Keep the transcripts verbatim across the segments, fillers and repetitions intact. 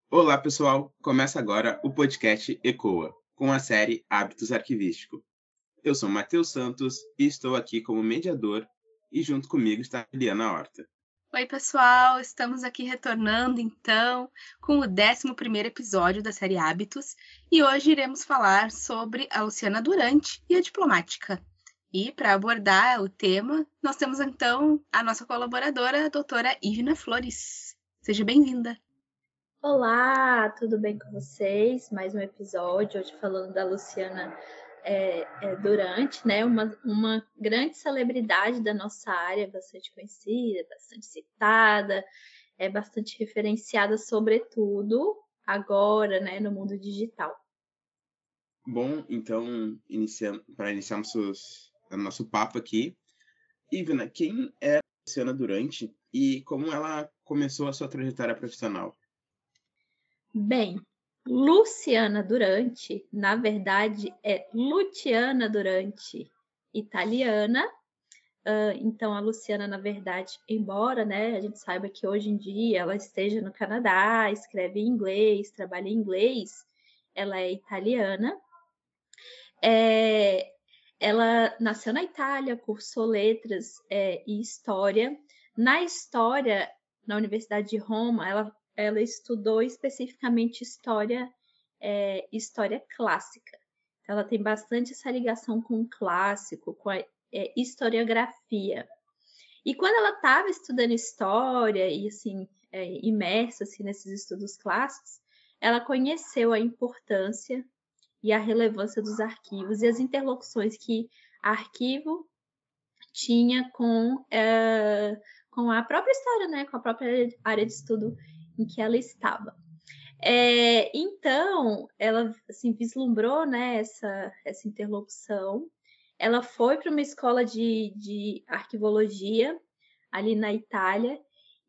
Olá, pessoal! Começa agora o podcast Ecoa, com a série Hábitos Arquivístico. Eu sou Matheus Santos e estou aqui como mediador, e junto comigo está a Eliana Horta. Oi, pessoal! Estamos aqui retornando, então, com o décimo primeiro episódio da série Hábitos, e hoje iremos falar sobre a Luciana Durante e a diplomática. E, para abordar o tema, nós temos, então, a nossa colaboradora, a doutora Ivna Flores. Seja bem-vinda! Olá, tudo bem com vocês? Mais um episódio, hoje falando da Luciana é, é, Durante, né? Uma, uma grande celebridade da nossa área, bastante conhecida, bastante citada, é bastante referenciada, sobretudo agora, né, no mundo digital. Bom, então, iniciando, para iniciarmos os, o nosso papo aqui, Ivna, quem é a Luciana Durante e como ela começou a sua trajetória profissional? Bem, Luciana Durante, na verdade, é Luciana Durante, italiana. Uh, então, a Luciana, na verdade, embora, né, a gente saiba que hoje em dia ela esteja no Canadá, escreve em inglês, trabalha em inglês, ela é italiana. É, ela nasceu na Itália, cursou letras é, e história. Na história, na Universidade de Roma, ela, ela estudou especificamente história, é, história clássica. Ela tem bastante essa ligação com o clássico, com a é, historiografia. E quando ela estava estudando história e assim é, imersa assim, nesses estudos clássicos, ela conheceu a importância e a relevância dos arquivos e as interlocuções que arquivo tinha com, é, com a própria história, né? Com a própria área de estudo em que ela estava. É, então, ela assim, vislumbrou, né, essa, essa interlocução. Ela foi para uma escola de, de arquivologia ali na Itália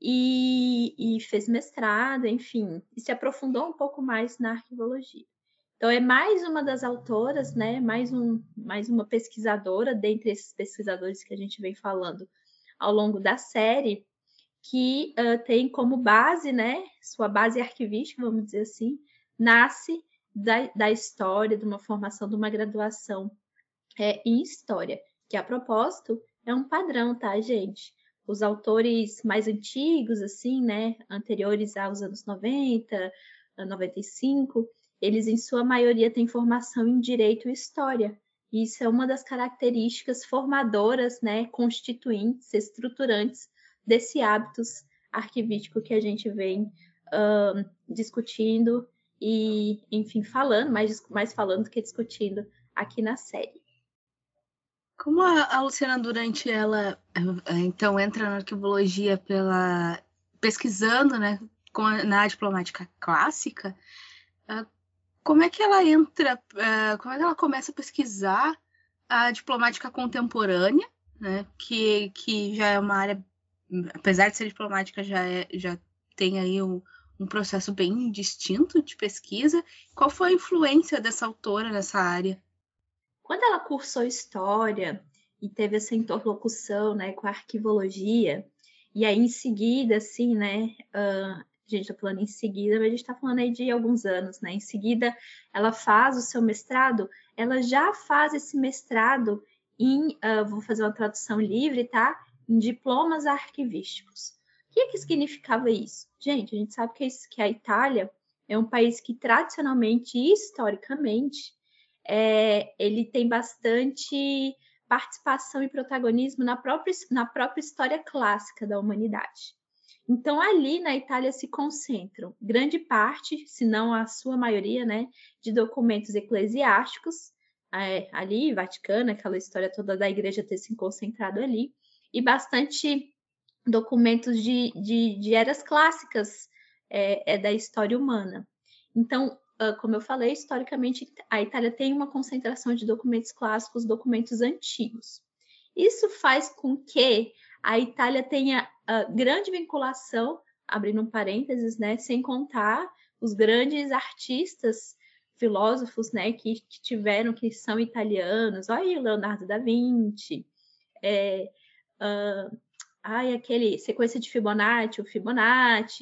e, e fez mestrado, enfim, e se aprofundou um pouco mais na arquivologia. Então, é mais uma das autoras, né, mais, um, mais uma pesquisadora, dentre esses pesquisadores que a gente vem falando ao longo da série, que uh, tem como base, né, sua base arquivística, vamos dizer assim, nasce da, da história, de uma formação, de uma graduação é, em história, que a propósito é um padrão, tá, gente? Os autores mais antigos, assim, né, anteriores aos anos noventa, noventa e cinco, eles em sua maioria têm formação em direito e história. E isso é uma das características formadoras, né, constituintes, estruturantes desse hábitos arquivístico que a gente vem uh, discutindo e, enfim, falando, mais, mais falando do que discutindo aqui na série. Como a, a Luciana Durante, ela então entra na arquivologia pela pesquisando, né, com a, na diplomática clássica, uh, como é que ela entra, uh, como é que ela começa a pesquisar a diplomática contemporânea, né, que, que já é uma área, apesar de ser diplomática, já, é, já tem aí um, um processo bem distinto de pesquisa. Qual foi a influência dessa autora nessa área? Quando ela cursou história e teve essa interlocução, né, com a arquivologia, e aí em seguida, assim, né, uh, a gente está falando em seguida, mas a gente está falando aí de alguns anos, né, em seguida ela faz o seu mestrado, ela já faz esse mestrado em, uh, vou fazer uma tradução livre, tá, em diplomas arquivísticos. O que, que significava isso? Gente, a gente sabe que, isso, que a Itália é um país que tradicionalmente e historicamente é, ele tem bastante participação e protagonismo na própria, na própria história clássica da humanidade. Então, ali na Itália se concentram grande parte, se não a sua maioria, né, de documentos eclesiásticos, é, ali, Vaticano, aquela história toda da igreja ter se concentrado ali, e bastante documentos de, de, de eras clássicas é, é da história humana. Então, como eu falei, historicamente, a Itália tem uma concentração de documentos clássicos, documentos antigos. Isso faz com que a Itália tenha uh, grande vinculação, abrindo um parênteses, né, sem contar os grandes artistas, filósofos, né, que, que tiveram, que são italianos. Olha aí, Leonardo da Vinci, é, uh, ai, aquele sequência de Fibonacci, o Fibonacci,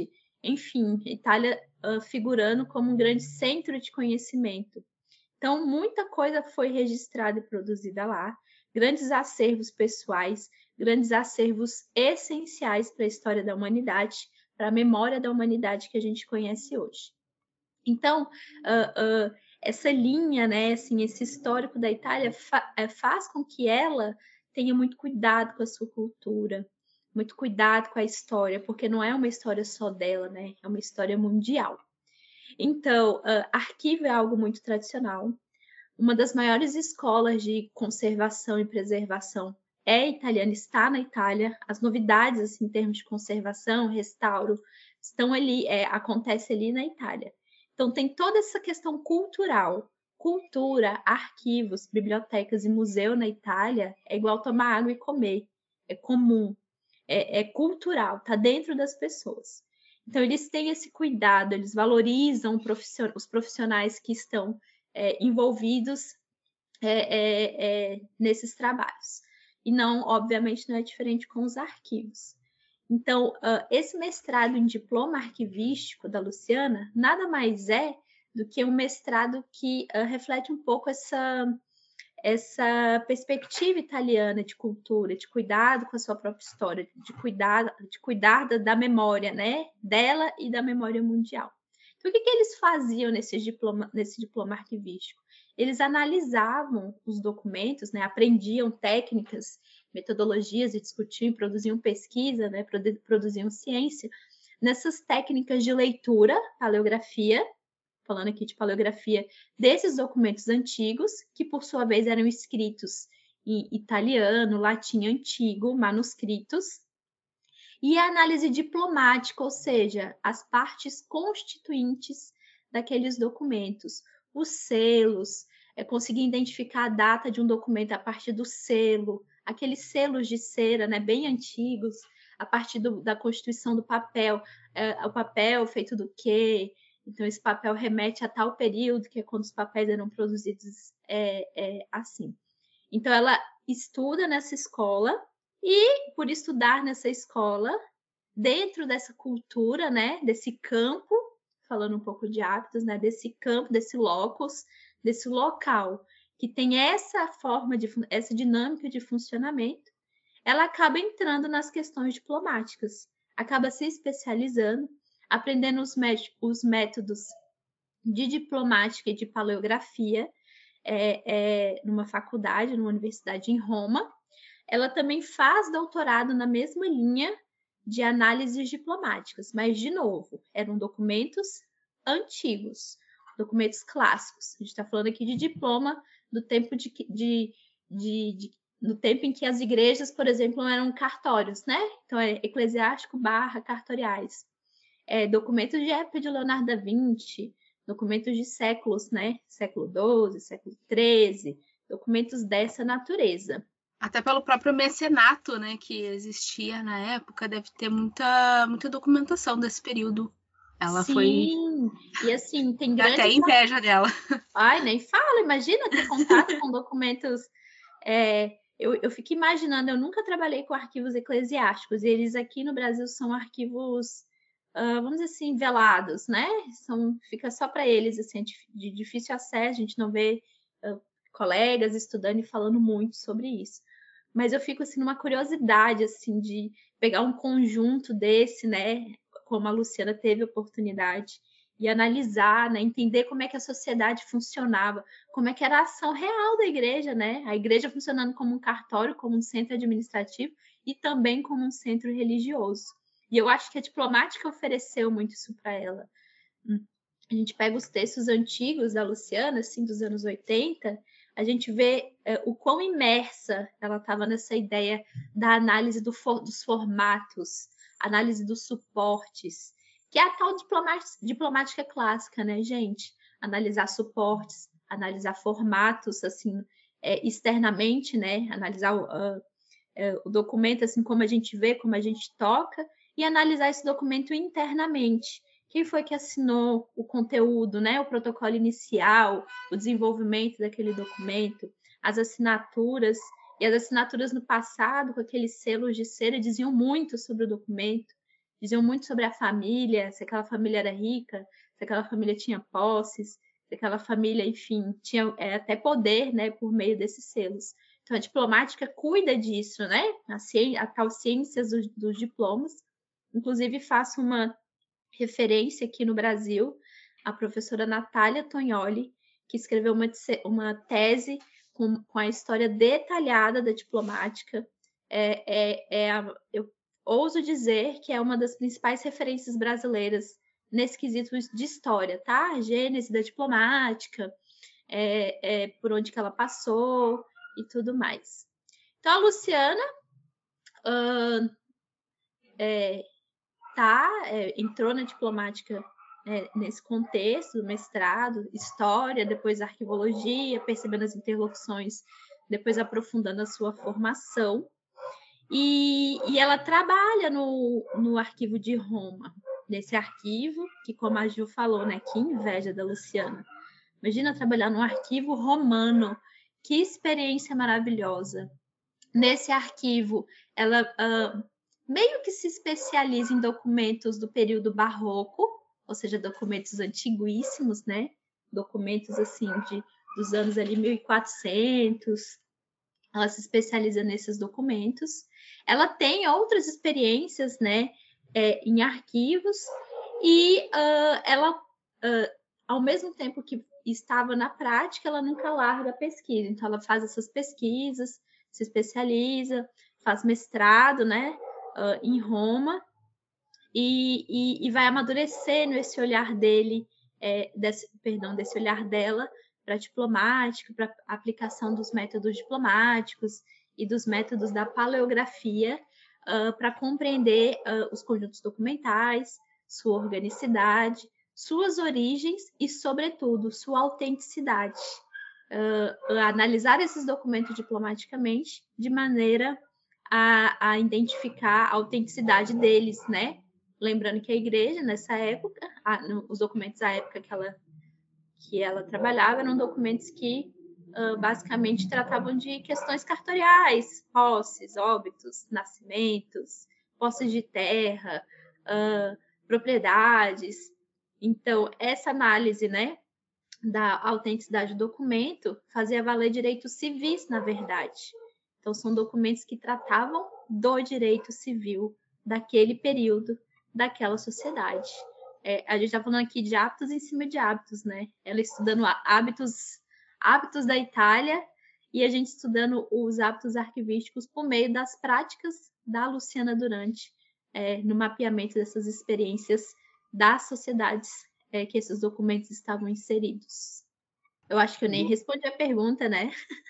enfim, Itália uh, figurando como um grande centro de conhecimento. Então, muita coisa foi registrada e produzida lá, grandes acervos pessoais, grandes acervos essenciais para a história da humanidade, para a memória da humanidade que a gente conhece hoje. Então, uh, uh, essa linha, né, assim, esse histórico da Itália fa faz com que ela tenha muito cuidado com a sua cultura, muito cuidado com a história, porque não é uma história só dela, né? É uma história mundial. Então, uh, arquivo é algo muito tradicional. Uma das maiores escolas de conservação e preservação é italiana, está na Itália. As novidades, assim, em termos de conservação, restauro, estão ali, é, acontece ali na Itália. Então, tem toda essa questão cultural. Cultura, arquivos, bibliotecas e museu na Itália é igual tomar água e comer. É comum, é, é cultural, está dentro das pessoas. Então, eles têm esse cuidado, eles valorizam os profissionais que estão é, envolvidos é, é, é, nesses trabalhos. E não, obviamente, não é diferente com os arquivos. Então, uh, esse mestrado em diploma arquivístico da Luciana nada mais é do que um mestrado que uh, reflete um pouco essa, essa perspectiva italiana de cultura, de cuidado com a sua própria história, de cuidar, de cuidar da, da memória, né, dela e da memória mundial. Então, o que, que eles faziam nesse diploma, nesse diploma arquivístico? Eles analisavam os documentos, né, aprendiam técnicas, metodologias e discutiam, produziam pesquisa, né, produziam ciência nessas técnicas de leitura, paleografia, falando aqui de paleografia, desses documentos antigos, que por sua vez eram escritos em italiano, latim antigo, manuscritos, e a análise diplomática, ou seja, as partes constituintes daqueles documentos, os selos, é conseguir identificar a data de um documento a partir do selo, aqueles selos de cera, né, bem antigos, a partir do, da constituição do papel, é, o papel feito do quê? Então, esse papel remete a tal período, que é quando os papéis eram produzidos é, é, assim. Então, ela estuda nessa escola e, por estudar nessa escola, dentro dessa cultura, né, desse campo, falando um pouco de hábitos, né, desse campo, desse locus, desse local, que tem essa forma, de, essa dinâmica de funcionamento, ela acaba entrando nas questões diplomáticas, acaba se especializando, aprendendo os, os métodos de diplomática e de paleografia é, é, numa faculdade, numa universidade em Roma. Ela também faz doutorado na mesma linha de análises diplomáticas, mas, de novo, eram documentos antigos, documentos clássicos. A gente está falando aqui de diploma do tempo de, de, de, de no tempo em que as igrejas, por exemplo, não eram cartórios, né? Então, é eclesiástico barra cartoriais. É, documentos de época de Leonardo da Vinci, documentos de séculos, né? Século doze, século treze, documentos dessa natureza. Até pelo próprio mecenato, né, que existia na época, deve ter muita, muita documentação desse período. Ela Sim, foi... e assim, tem Dá grandes... até inveja dela. Ai, nem fala, imagina ter contato com documentos... É, eu, eu fico imaginando, eu nunca trabalhei com arquivos eclesiásticos, e eles aqui no Brasil são arquivos, uh, vamos dizer assim, velados, né? São, fica só para eles, assim, de difícil acesso, a gente não vê uh, colegas estudando e falando muito sobre isso. Mas eu fico, assim, numa curiosidade, assim, de pegar um conjunto desse, né? Como a Luciana teve oportunidade, e analisar, né, entender como é que a sociedade funcionava, como é que era a ação real da igreja, né? A igreja funcionando como um cartório, como um centro administrativo e também como um centro religioso. E eu acho que a diplomática ofereceu muito isso para ela. A gente pega os textos antigos da Luciana, assim, dos anos oitenta, a gente vê é, o quão imersa ela estava nessa ideia da análise do for, dos formatos, análise dos suportes, que é a tal diplomática clássica, né, gente? Analisar suportes, analisar formatos, assim, é, externamente, né? Analisar o, uh, uh, o documento, assim, como a gente vê, como a gente toca, e analisar esse documento internamente. Quem foi que assinou o conteúdo, né? O protocolo inicial, o desenvolvimento daquele documento, as assinaturas, e as assinaturas no passado, com aqueles selos de cera, diziam muito sobre o documento. diziam muito sobre a família, se aquela família era rica, se aquela família tinha posses, se aquela família, enfim, tinha é, até poder, né, por meio desses selos. Então, a diplomática cuida disso, né? A, ciência, a tal ciência dos, dos diplomas. Inclusive, faço uma referência aqui no Brasil, a professora Natália Tognoli, que escreveu uma, uma tese com, com a história detalhada da diplomática. É, é, é a, eu ouso dizer que é uma das principais referências brasileiras nesse quesito de história, tá? A gênese da diplomática, é, é, por onde que ela passou e tudo mais. Então, a Luciana uh, é, tá, é, entrou na diplomática é, nesse contexto, mestrado, história, depois arquivologia, percebendo as interlocuções, depois aprofundando a sua formação. E, e ela trabalha no, no arquivo de Roma, nesse arquivo, que como a Gil falou, né, que inveja da Luciana. Imagina trabalhar num arquivo romano, que experiência maravilhosa. Nesse arquivo, ela uh, meio que se especializa em documentos do período barroco, ou seja, documentos antiguíssimos, né? Documentos, assim, de, dos anos ali mil e quatrocentos. Ela se especializa nesses documentos. Ela tem outras experiências, né, é, em arquivos, e uh, ela, uh, ao mesmo tempo que estava na prática, ela nunca larga a pesquisa. Então, ela faz essas pesquisas, se especializa, faz mestrado, né, uh, em Roma, e, e, e vai amadurecendo esse olhar dele, é, desse, perdão, desse olhar dela para diplomática, para aplicação dos métodos diplomáticos e dos métodos da paleografia, uh, para compreender uh, os conjuntos documentais, sua organicidade, suas origens e, sobretudo, sua autenticidade. Uh, analisar esses documentos diplomaticamente de maneira a, a identificar a autenticidade deles, né? Lembrando que a igreja, nessa época, a, no, os documentos da época que ela, que ela trabalhava eram documentos que uh, basicamente tratavam de questões cartoriais, posses, óbitos, nascimentos, posses de terra, uh, propriedades. Então, essa análise, né, da autenticidade do documento fazia valer direitos civis, na verdade. Então, são documentos que tratavam do direito civil daquele período, daquela sociedade. É, a gente está falando aqui de hábitos em cima de hábitos, né? Ela estudando hábitos, hábitos da Itália e a gente estudando os hábitos arquivísticos por meio das práticas da Luciana Durante, é, no mapeamento dessas experiências das sociedades é, que esses documentos estavam inseridos. Eu acho que eu nem respondi a pergunta, né?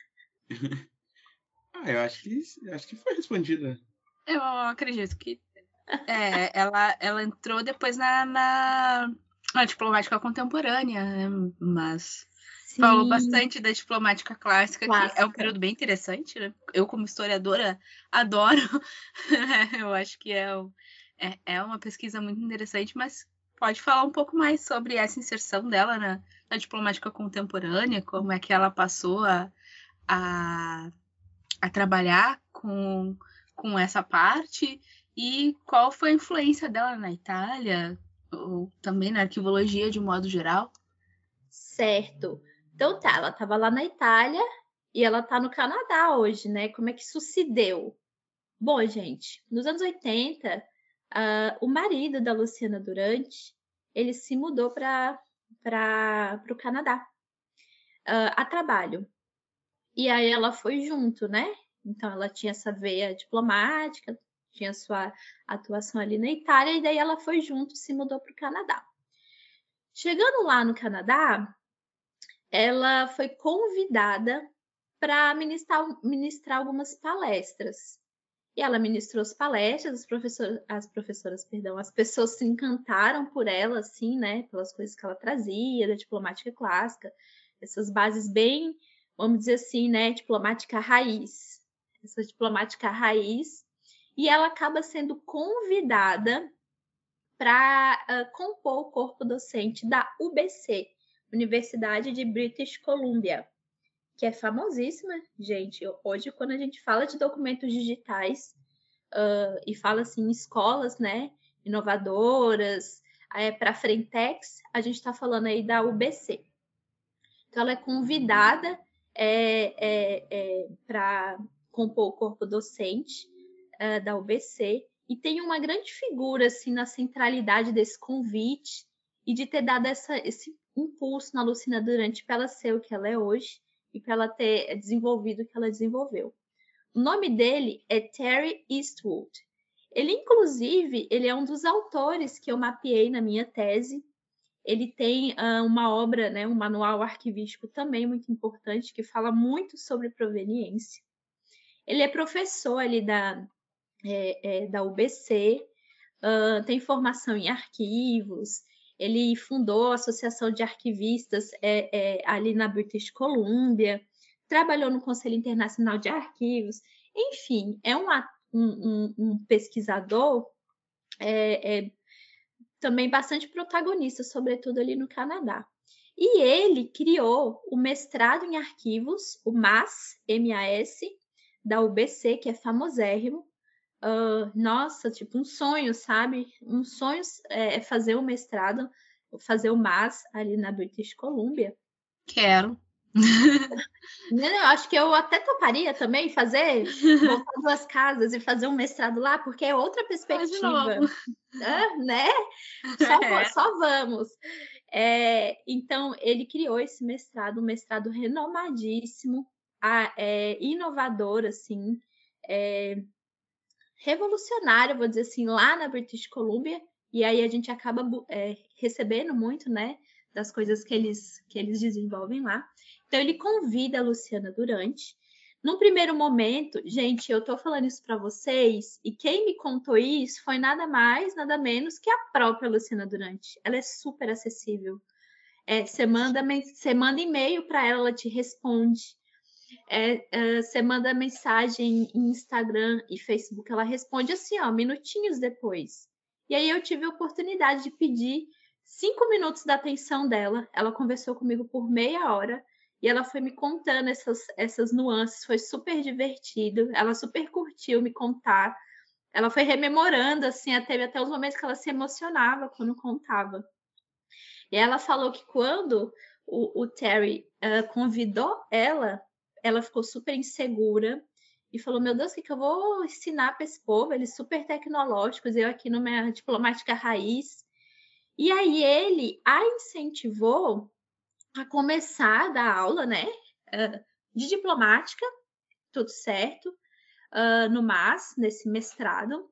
ah, eu acho que, acho que foi respondida. Eu acredito que é, ela, ela entrou depois na, na, na diplomática contemporânea, né? Mas Sim. falou bastante da diplomática clássica, clássica, que é um período bem interessante, né? Eu, como historiadora, adoro. Eu acho que é, é, é uma pesquisa muito interessante, mas pode falar um pouco mais sobre essa inserção dela na, na diplomática contemporânea, como é que ela passou a, a, a trabalhar com, com essa parte e qual foi a influência dela na Itália, ou também na arquivologia de modo geral. Certo. Então tá, ela estava lá na Itália e ela está no Canadá hoje, né? Como é que isso se deu? Bom, gente, nos anos oitenta, uh, o marido da Luciana Durante, ele se mudou para o Canadá uh, a trabalho. E aí ela foi junto, né? Então ela tinha essa veia diplomática, tinha sua atuação ali na Itália, e daí ela foi junto, se mudou para o Canadá. Chegando lá no Canadá, ela foi convidada para ministrar, ministrar algumas palestras. E ela ministrou as palestras, as professoras, as professoras, perdão, as pessoas se encantaram por ela, assim, né, pelas coisas que ela trazia, da diplomática clássica, essas bases bem, vamos dizer assim, né, diplomática raiz, essa diplomática raiz, e ela acaba sendo convidada para uh, compor o corpo docente da U B C, Universidade de British Columbia, que é famosíssima, gente. Hoje, quando a gente fala de documentos digitais uh, e fala assim, escolas, né, inovadoras, é, para a Frentex, a gente está falando aí da U B C. Então, ela é convidada é, é, é, para compor o corpo docente é, da U B C e tem uma grande figura assim, na centralidade desse convite e de ter dado essa, esse impulso na Lucina Durante para ela ser o que ela é hoje e para ela ter desenvolvido o que ela desenvolveu. O nome dele é Terry Eastwood. Ele, inclusive, ele é um dos autores que eu mapeei na minha tese. Ele tem uh, uma obra, né, um manual arquivístico também muito importante, que fala muito sobre proveniência. Ele é professor ali da, é, é, da U B C, uh, tem formação em arquivos, ele fundou a Associação de Arquivistas é, é, ali na British Columbia, trabalhou no Conselho Internacional de Arquivos, enfim, é um, um, um pesquisador é, é, também bastante protagonista, sobretudo ali no Canadá. E ele criou o mestrado em arquivos, o M A S, M A S, da U B C, que é famosérrimo. Uh, nossa, tipo um sonho, sabe? Um sonho é fazer o mestrado, fazer o M A S ali na British Columbia. Quero. Eu acho que eu até toparia também fazer, voltar duas casas e fazer um mestrado lá, porque é outra perspectiva. Ah, né? Só, é. só vamos. É, então, ele criou esse mestrado, um mestrado renomadíssimo, a, é, inovador, assim, é, revolucionário, vou dizer assim, lá na British Columbia, e aí a gente acaba é, recebendo muito, né, das coisas que eles, que eles desenvolvem lá. Então, ele convida a Luciana Durante. No primeiro momento, gente, eu tô falando isso para vocês, e quem me contou isso foi nada mais, nada menos que a própria Luciana Durante. Ela é super acessível. É, você manda, você manda e-mail para ela, ela te responde. É, é, você manda mensagem em Instagram e Facebook, ela responde assim, ó, minutinhos depois. E aí eu tive a oportunidade de pedir cinco minutos da atenção dela. Ela conversou comigo por meia hora e ela foi me contando essas, essas nuances. Foi super divertido. Ela super curtiu me contar. Ela foi rememorando, assim, até, até os momentos que ela se emocionava quando contava. E ela falou que quando o, o Terry uh, convidou ela, ela ficou super insegura e falou, meu Deus, o que, que eu vou ensinar para esse povo? Eles super tecnológicos, eu aqui numa diplomática raiz. E aí ele a incentivou a começar a dar aula, né, de diplomática, tudo certo, uh, no M A S, nesse mestrado,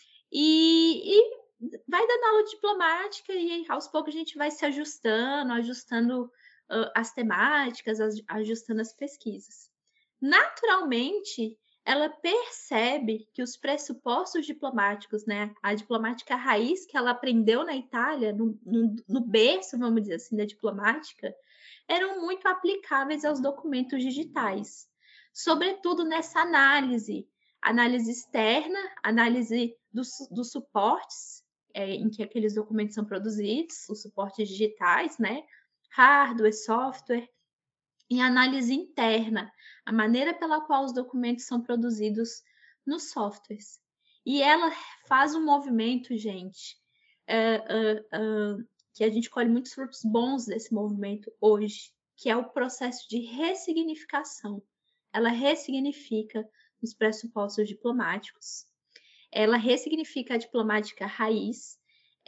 e, e vai dando aula de diplomática e aos poucos a gente vai se ajustando, ajustando uh, as temáticas, as, ajustando as pesquisas. Naturalmente, ela percebe que os pressupostos diplomáticos, né, a diplomática raiz que ela aprendeu na Itália, no, no, no berço, vamos dizer assim, da diplomática, eram muito aplicáveis aos documentos digitais, sobretudo nessa análise, análise externa, análise dos, dos suportes é, em que aqueles documentos são produzidos, os suportes digitais, né, hardware, software, e análise interna, a maneira pela qual os documentos são produzidos nos softwares. E ela faz um movimento, gente, uh, uh, uh, que a gente colhe muitos frutos bons desse movimento hoje, que é o processo de ressignificação. Ela ressignifica os pressupostos diplomáticos, ela ressignifica a diplomática raiz,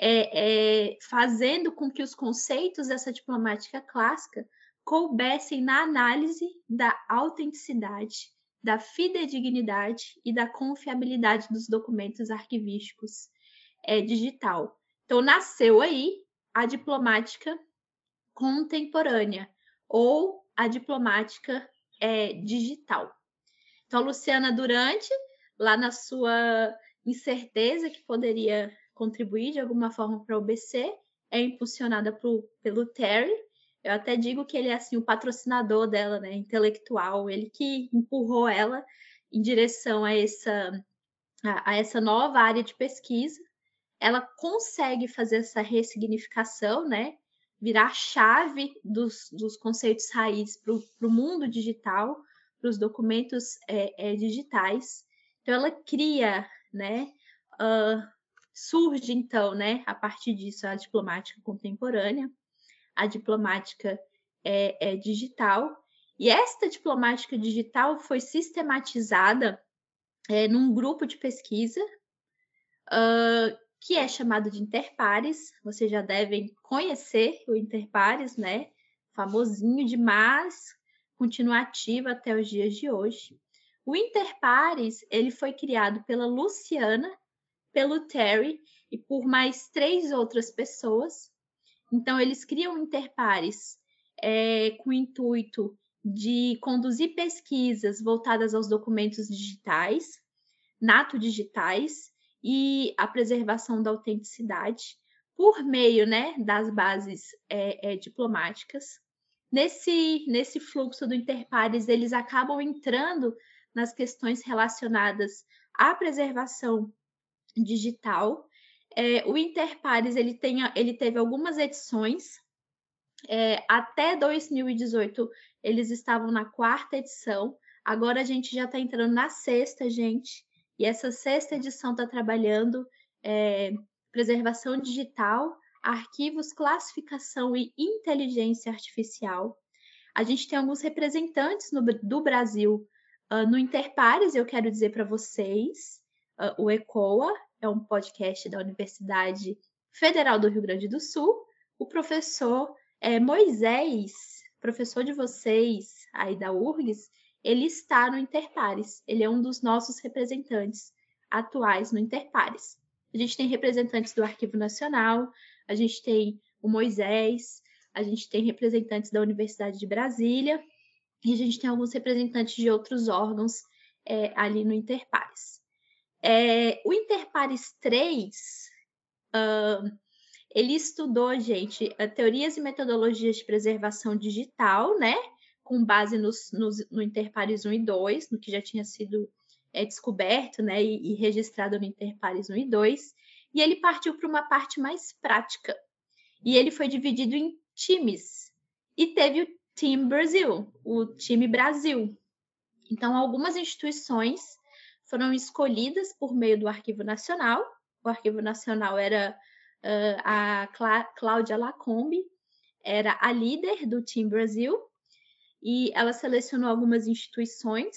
é, é, fazendo com que os conceitos dessa diplomática clássica coubessem na análise da autenticidade, da fidedignidade e da confiabilidade dos documentos arquivísticos é, digital. Então, nasceu aí a diplomática contemporânea ou a diplomática é, digital. Então, a Luciana Durante, lá na sua incerteza que poderia contribuir de alguma forma para a U B C, é impulsionada pro, pelo Terry. Eu até digo que ele é assim, o patrocinador dela, né, intelectual, ele que empurrou ela em direção a essa, a, a essa nova área de pesquisa. Ela consegue fazer essa ressignificação, né, virar a chave dos, dos conceitos raiz para o mundo digital, para os documentos é, é, digitais. Então, ela cria, né, uh, surge, então, né, a partir disso, a diplomática contemporânea, a diplomática é, é digital, e esta diplomática digital foi sistematizada é, num grupo de pesquisa uh, que é chamado de Interpares. Vocês já devem conhecer o Interpares, né? Famosinho demais, continua ativo até os dias de hoje. O Interpares, ele foi criado pela Luciana, pelo Terry e por mais três outras pessoas. Então, eles criam Interpares é, com o intuito de conduzir pesquisas voltadas aos documentos digitais, nato digitais, e a preservação da autenticidade por meio, né, das bases é, é, diplomáticas. Nesse, nesse fluxo do Interpares, eles acabam entrando nas questões relacionadas à preservação digital. É, o Interpares ele, tem, ele teve algumas edições. É, até dois mil e dezoito, eles estavam na quarta edição. Agora a gente já está entrando na sexta, gente. E essa sexta edição está trabalhando é, preservação digital, arquivos, classificação e inteligência artificial. A gente tem alguns representantes no, do Brasil uh, no Interpares, eu quero dizer para vocês. Uh, o ECOA é um podcast da Universidade Federal do Rio Grande do Sul. O professor é, Moisés, professor de vocês aí da U R G S, ele está no Interpares. Ele é um dos nossos representantes atuais no Interpares. A gente tem representantes do Arquivo Nacional, a gente tem o Moisés, a gente tem representantes da Universidade de Brasília e a gente tem alguns representantes de outros órgãos é, ali no Interpares. É, o Interpares três, uh, ele estudou, gente, teorias e metodologias de preservação digital, né? Com base nos, nos, no Interpares um e dois, no que já tinha sido é, descoberto, né? E, e registrado no Interpares um e dois. E ele partiu para uma parte mais prática. E ele foi dividido em times. E teve o Team Brasil, o time Brasil. Então, algumas instituições foram escolhidas por meio do Arquivo Nacional. O Arquivo Nacional era uh, a Clá- Cláudia Lacombe, era a líder do Team Brasil, e ela selecionou algumas instituições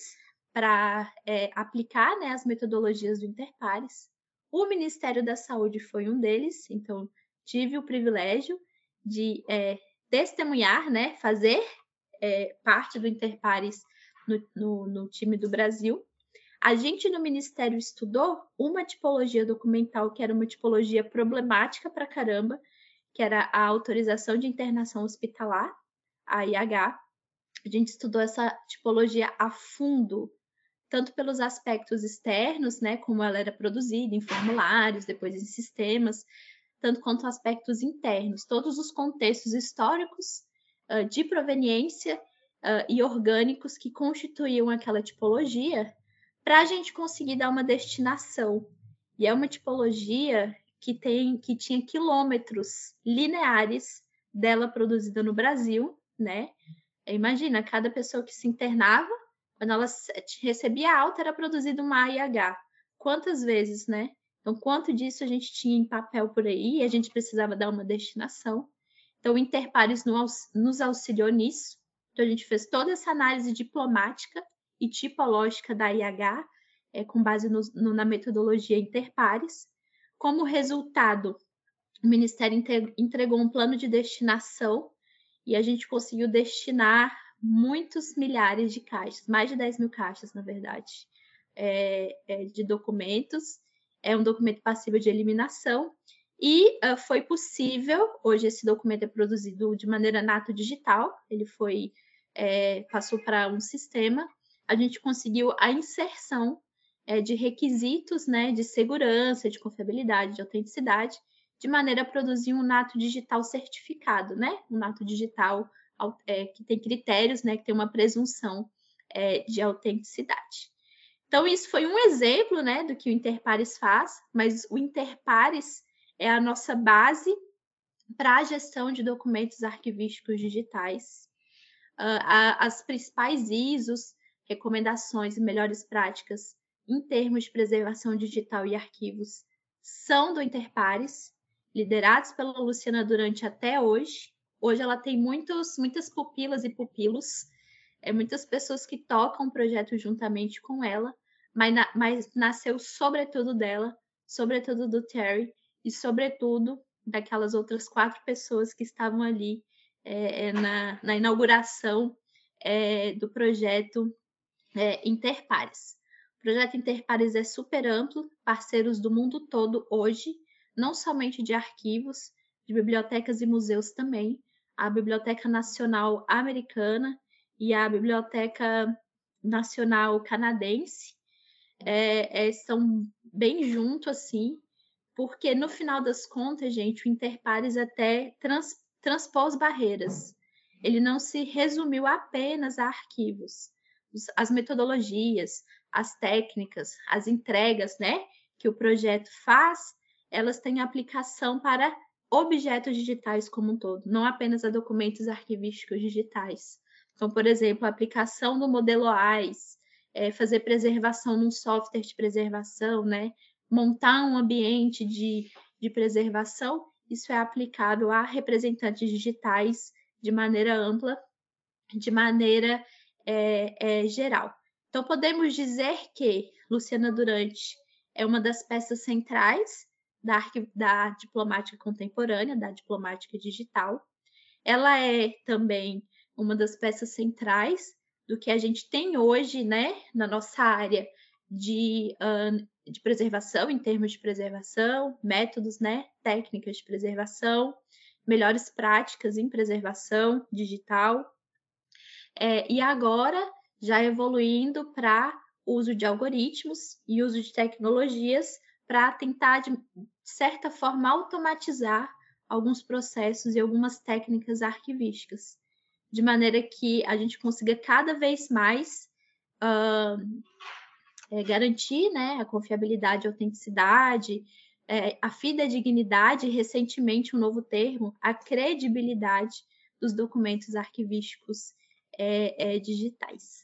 para é, aplicar, né, as metodologias do Interpares. O Ministério da Saúde foi um deles, então tive o privilégio de é, testemunhar, né, fazer é, parte do Interpares no, no, no time do Brasil. A gente no Ministério estudou uma tipologia documental que era uma tipologia problemática pra caramba, que era a autorização de internação hospitalar, a I H. A gente estudou essa tipologia a fundo, tanto pelos aspectos externos, né, como ela era produzida em formulários, depois em sistemas, tanto quanto aspectos internos, todos os contextos históricos, uh, de proveniência uh, e orgânicos que constituíam aquela tipologia, para a gente conseguir dar uma destinação. E é uma tipologia que, tem, que tinha quilômetros lineares dela produzida no Brasil, né? Imagina, cada pessoa que se internava, quando ela recebia alta, era produzida uma A I H. Quantas vezes, né? Então, quanto disso a gente tinha em papel por aí e a gente precisava dar uma destinação. Então, o Interpares nos auxiliou nisso. Então, a gente fez toda essa análise diplomática e tipológica da I H, é, com base no, no, na metodologia Interpares. Como resultado, o Ministério entregou um plano de destinação e a gente conseguiu destinar muitos milhares de caixas, mais de dez mil caixas, na verdade, é, é, de documentos. É um documento passível de eliminação e uh, foi possível, hoje esse documento é produzido de maneira nato digital, ele foi, é, passou para um sistema, a gente conseguiu a inserção é, de requisitos, né, de segurança, de confiabilidade, de autenticidade, de maneira a produzir um nato digital certificado, né? Um nato digital é, que tem critérios, né? Que tem uma presunção é, de autenticidade. Então, isso foi um exemplo, né? Do que o Interpares faz, mas o Interpares é a nossa base para a gestão de documentos arquivísticos digitais. Uh, a, as principais I S Os, recomendações e melhores práticas em termos de preservação digital e arquivos são do Interpares, liderados pela Luciana Durante até hoje. Hoje ela tem muitos, muitas pupilas e pupilos, é, muitas pessoas que tocam o projeto juntamente com ela, mas, na, mas nasceu sobretudo dela, sobretudo do Terry e sobretudo daquelas outras quatro pessoas que estavam ali é, na, na inauguração é, do projeto é, Interpares. O projeto Interpares é super amplo, parceiros do mundo todo hoje, não somente de arquivos, de bibliotecas e museus também, a Biblioteca Nacional Americana e a Biblioteca Nacional Canadense é, é, estão bem junto assim, porque no final das contas, gente, o Interpares até trans, transpôs barreiras. Ele não se resumiu apenas a arquivos. As metodologias, as técnicas, as entregas, né, que o projeto faz, elas têm aplicação para objetos digitais como um todo, não apenas a documentos arquivísticos digitais. Então, por exemplo, a aplicação do modelo A I S, é, fazer preservação num software de preservação, né, montar um ambiente de, de preservação, isso é aplicável a representantes digitais de maneira ampla, de maneira é, é, geral. Então, podemos dizer que Luciana Durante é uma das peças centrais da, da diplomática contemporânea, da diplomática digital. Ela é também uma das peças centrais do que a gente tem hoje, né, na nossa área de, uh, de preservação, em termos de preservação, métodos, né, técnicas de preservação, melhores práticas em preservação digital. É, e agora, já evoluindo para uso de algoritmos e uso de tecnologias para tentar, de certa forma, automatizar alguns processos e algumas técnicas arquivísticas, de maneira que a gente consiga cada vez mais uh, é, garantir, né, a confiabilidade e autenticidade, é, a fidedignidade, recentemente um novo termo, a credibilidade dos documentos arquivísticos é, é, digitais.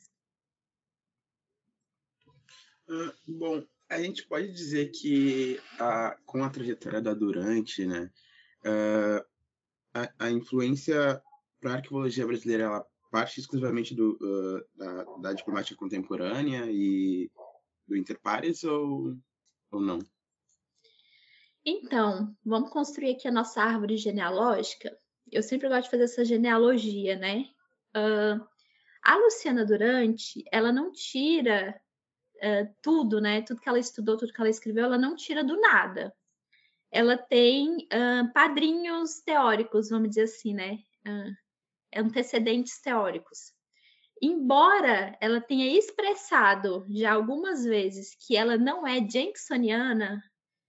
Uh, bom, a gente pode dizer que a, com a trajetória da Durante, né, uh, a, a influência para a arquivologia brasileira ela parte exclusivamente do, uh, da, da diplomática contemporânea e do Interpares ou, ou não? Então, vamos construir aqui a nossa árvore genealógica. Eu sempre gosto de fazer essa genealogia, né? Uh, a Luciana Durante, ela não tira uh, tudo, né? Tudo que ela estudou, tudo que ela escreveu, ela não tira do nada. Ela tem uh, padrinhos teóricos, vamos dizer assim, né? Uh, antecedentes teóricos. Embora ela tenha expressado já algumas vezes que ela não é jencksoniana,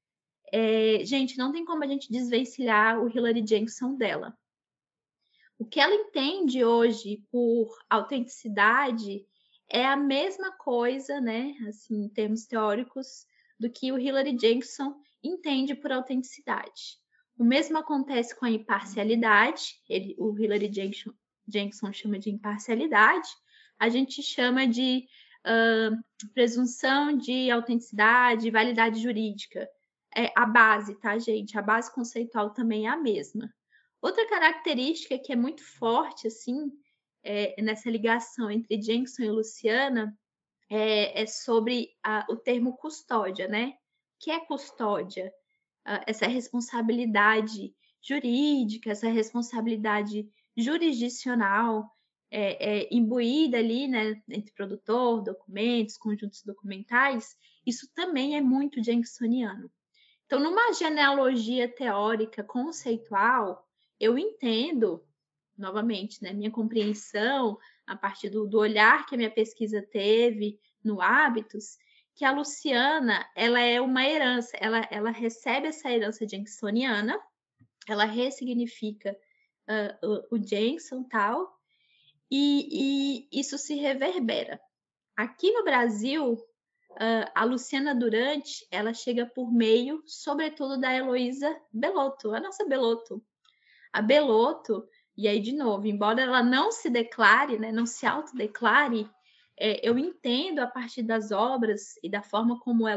é, gente, não tem como a gente desvencilhar o Hilary Jenkson dela. O que ela entende hoje por autenticidade é a mesma coisa, né, assim, em termos teóricos, do que o Hilary Jenkson entende por autenticidade. O mesmo acontece com a imparcialidade, ele, o Hilary Jenkson, Jenkson chama de imparcialidade, a gente chama de uh, presunção de autenticidade, validade jurídica. É a base, tá, gente? A base conceitual também é a mesma. Outra característica que é muito forte, assim, é, nessa ligação entre Jenkson e Luciana é, é sobre a, o termo custódia, né? O que é custódia? Uh, essa responsabilidade jurídica, essa responsabilidade jurisdicional é, é, imbuída ali, né, entre produtor, documentos, conjuntos documentais, isso também é muito jenksoniano. Então, numa genealogia teórica conceitual, eu entendo, novamente, né, minha compreensão, a partir do, do olhar que a minha pesquisa teve no Hábitos, que a Luciana, ela é uma herança, ela, ela recebe essa herança jenksoniana, ela ressignifica uh, o, o Jenkson e tal, e isso se reverbera. Aqui no Brasil, uh, a Luciana Durante, ela chega por meio, sobretudo, da Heloísa Belotto, a nossa Belotto. A Belotto, e aí, de novo, embora ela não se declare, né, não se autodeclare, é, eu entendo, a partir das obras e da forma como ela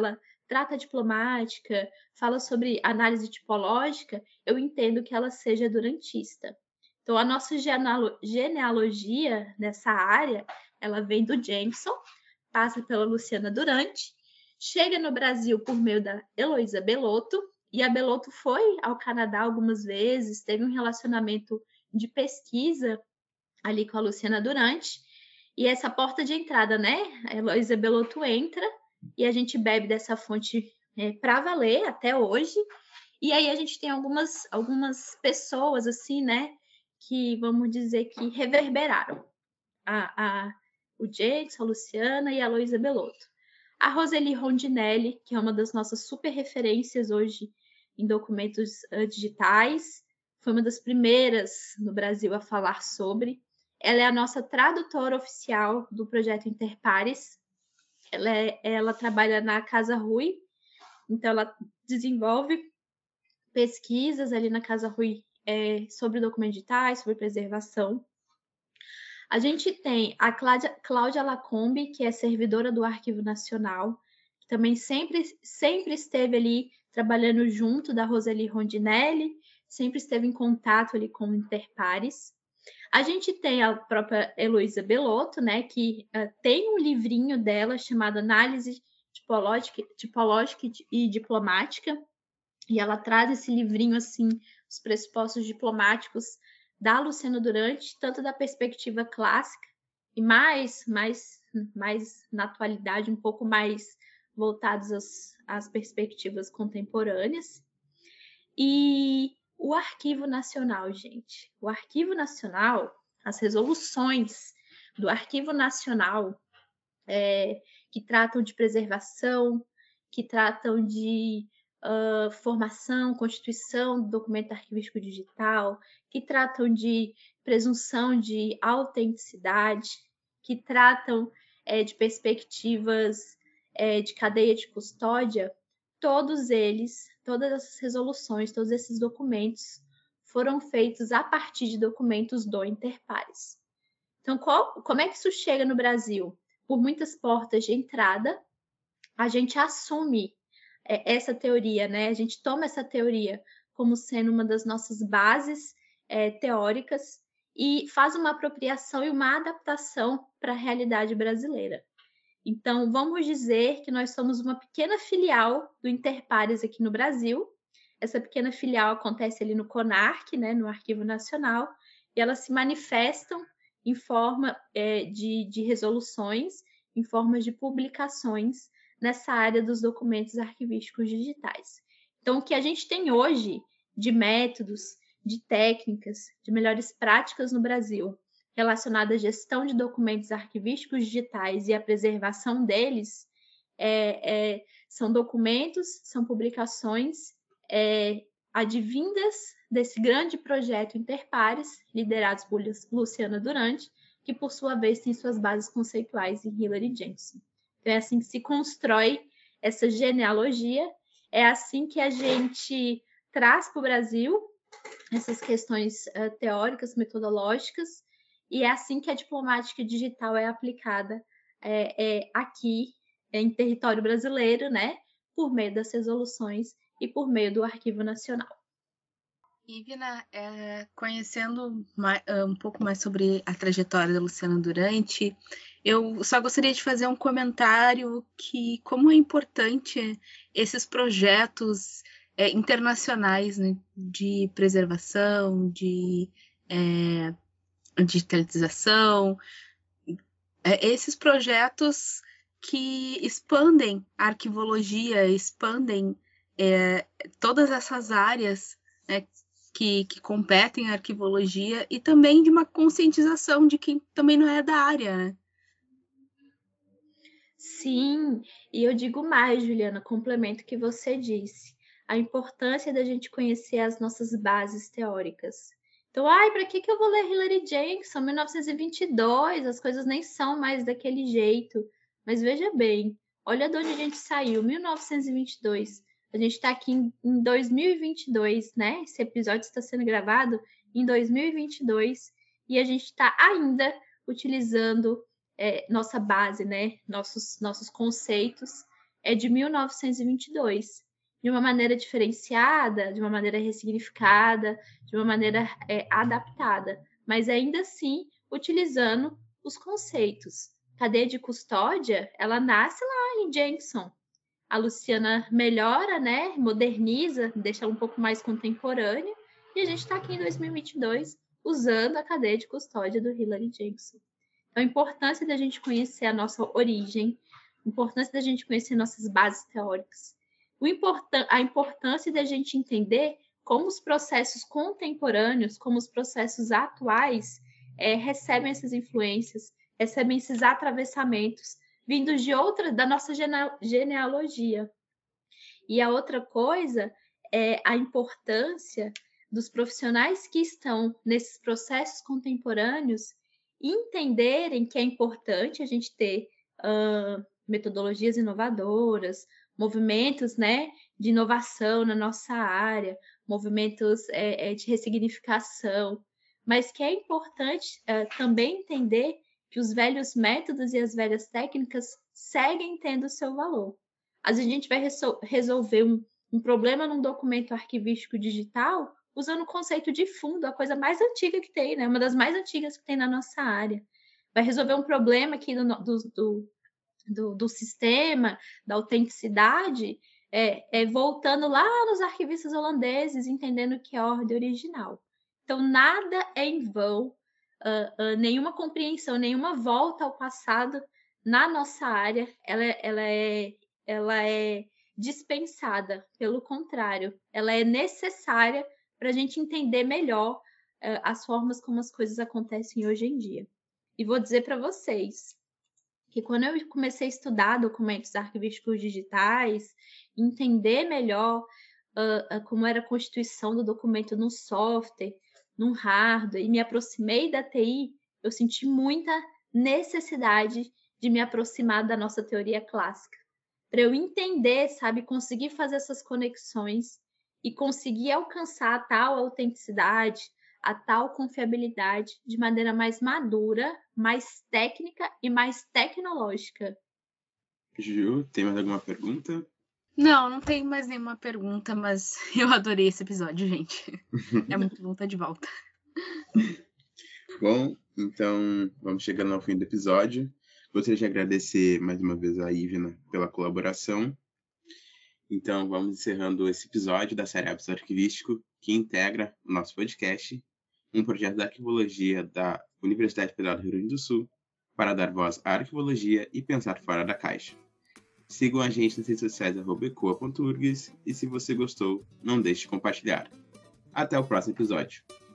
trata diplomática, fala sobre análise tipológica, eu entendo que ela seja durantista. Então, a nossa genealogia nessa área, ela vem do Jameson, passa pela Luciana Durante, chega no Brasil por meio da Heloísa Belotto, e a Belotto foi ao Canadá algumas vezes, teve um relacionamento de pesquisa ali com a Luciana Durante, e essa porta de entrada, né? A Heloísa Belotto entra, e a gente bebe dessa fonte é, para valer até hoje, e aí a gente tem algumas, algumas pessoas, assim, né? Que, vamos dizer, que reverberaram a, a, o Jameson, a Luciana e a Heloísa Belotto. A Roseli Rondinelli, que é uma das nossas super referências hoje em documentos uh, digitais, foi uma das primeiras no Brasil a falar sobre. Ela é a nossa tradutora oficial do projeto Interpares. Ela, é, ela trabalha na Casa Rui, então ela desenvolve pesquisas ali na Casa Rui é, sobre documentos digitais, sobre preservação. A gente tem a Cláudia, Cláudia Lacombe, que é servidora do Arquivo Nacional, que também sempre, sempre esteve ali trabalhando junto da Roseli Rondinelli, sempre esteve em contato ali com o Interpares. A gente tem a própria Heloísa Belotto, né, que uh, tem um livrinho dela chamado Análise Tipológica, Tipológica e Diplomática, e ela traz esse livrinho, assim, os pressupostos diplomáticos da Luciana Durante, tanto da perspectiva clássica e mais, mais, mais na atualidade, um pouco mais voltados às, às perspectivas contemporâneas. E o Arquivo Nacional, gente. O Arquivo Nacional, as resoluções do Arquivo Nacional é, que tratam de preservação, que tratam de Uh, formação, constituição do documento arquivístico digital, que tratam de presunção de autenticidade, que tratam é, de perspectivas é, de cadeia de custódia, todos eles, todas essas resoluções, todos esses documentos foram feitos a partir de documentos do Interpares. Então, qual, como é que isso chega no Brasil? Por muitas portas de entrada, a gente assume essa teoria, né? A gente toma essa teoria como sendo uma das nossas bases é, teóricas e faz uma apropriação e uma adaptação para a realidade brasileira. Então, vamos dizer que nós somos uma pequena filial do Interpares aqui no Brasil. Essa pequena filial acontece ali no CONARC, né, no Arquivo Nacional, e elas se manifestam em forma é, de, de resoluções, em forma de publicações nessa área dos documentos arquivísticos digitais. Então, o que a gente tem hoje de métodos, de técnicas, de melhores práticas no Brasil relacionadas à gestão de documentos arquivísticos digitais e à preservação deles, é, é, são documentos, são publicações é, advindas desse grande projeto Interpares, liderados por Luciana Durante, que, por sua vez, tem suas bases conceituais em Hilary Jameson. Então, é assim que se constrói essa genealogia, é assim que a gente traz para o Brasil essas questões uh, teóricas, metodológicas, e é assim que a diplomática digital é aplicada é, é, aqui é, em território brasileiro, né, por meio das resoluções e por meio do Arquivo Nacional. Ivna, é, conhecendo mais, um pouco mais sobre a trajetória da Luciana Durante, eu só gostaria de fazer um comentário que como é importante esses projetos é, internacionais, né, de preservação, de é, digitalização, é, esses projetos que expandem a arquivologia, expandem é, todas essas áreas, né, Que, que competem a arquivologia e também de uma conscientização de quem também não é da área, né? Sim, e eu digo mais, Juliana, complemento o que você disse. A importância da gente conhecer as nossas bases teóricas. Então, ai, para que, que eu vou ler Hilary Jameson, mil novecentos e vinte e dois? As coisas nem são mais daquele jeito. Mas veja bem, olha de onde a gente saiu, mil novecentos e vinte e dois. A gente está aqui em, em dois mil e vinte e dois, né? Esse episódio está sendo gravado em dois mil e vinte e dois e a gente está ainda utilizando é, nossa base, né? Nossos, nossos conceitos é de mil novecentos e vinte e dois, de uma maneira diferenciada, de uma maneira ressignificada, de uma maneira é, adaptada, mas ainda assim utilizando os conceitos. Cadeia de custódia, ela nasce lá em Jenkinson. A Luciana melhora, né, moderniza, deixa ela um pouco mais contemporânea, e a gente está aqui em dois mil e vinte e dois usando a cadeia de custódia do Hilary Jenkinson. Então, a importância da gente conhecer a nossa origem, a importância da gente conhecer nossas bases teóricas, o importan- a importância da gente entender como os processos contemporâneos, como os processos atuais é, recebem essas influências, recebem esses atravessamentos vindos de outra, da nossa gene- genealogia. E a outra coisa é a importância dos profissionais que estão nesses processos contemporâneos entenderem que é importante a gente ter uh, metodologias inovadoras, movimentos, né, de inovação na nossa área, movimentos é, é, de ressignificação, mas que é importante uh, também entender que os velhos métodos e as velhas técnicas seguem tendo o seu valor. Às vezes a gente vai resol- resolver um, um problema num documento arquivístico digital usando o conceito de fundo, a coisa mais antiga que tem, né? Uma das mais antigas que tem na nossa área. Vai resolver um problema aqui do, do, do, do, do sistema, da autenticidade, é, é voltando lá nos arquivistas holandeses, entendendo que é a ordem original. Então, nada é em vão, uh, uh, nenhuma compreensão, nenhuma volta ao passado na nossa área, ela, ela, é, ela é dispensada, pelo contrário, ela é necessária para a gente entender melhor uh, as formas como as coisas acontecem hoje em dia. E vou dizer para vocês que quando eu comecei a estudar documentos arquivísticos digitais, entender melhor uh, uh, como era a constituição do documento no software, no hardware, e me aproximei da T I, eu senti muita necessidade de me aproximar da nossa teoria clássica. Para eu entender, sabe, conseguir fazer essas conexões e conseguir alcançar a tal autenticidade, a tal confiabilidade de maneira mais madura, mais técnica e mais tecnológica. Ju, tem mais alguma pergunta? Não, não tem mais nenhuma pergunta, mas eu adorei esse episódio, gente. É muito bom estar de volta. Bom, então vamos chegando ao fim do episódio. Gostaria de agradecer mais uma vez a Ivna pela colaboração. Então vamos encerrando esse episódio da série Hábitos Arquivístico, que integra o nosso podcast, um projeto da arquivologia da Universidade Federal do Rio Grande do Sul, para dar voz à arquivologia e pensar fora da caixa. Sigam a gente nas redes sociais arroba ecoa ponto urgs e se você gostou, não deixe de compartilhar. Até o próximo episódio.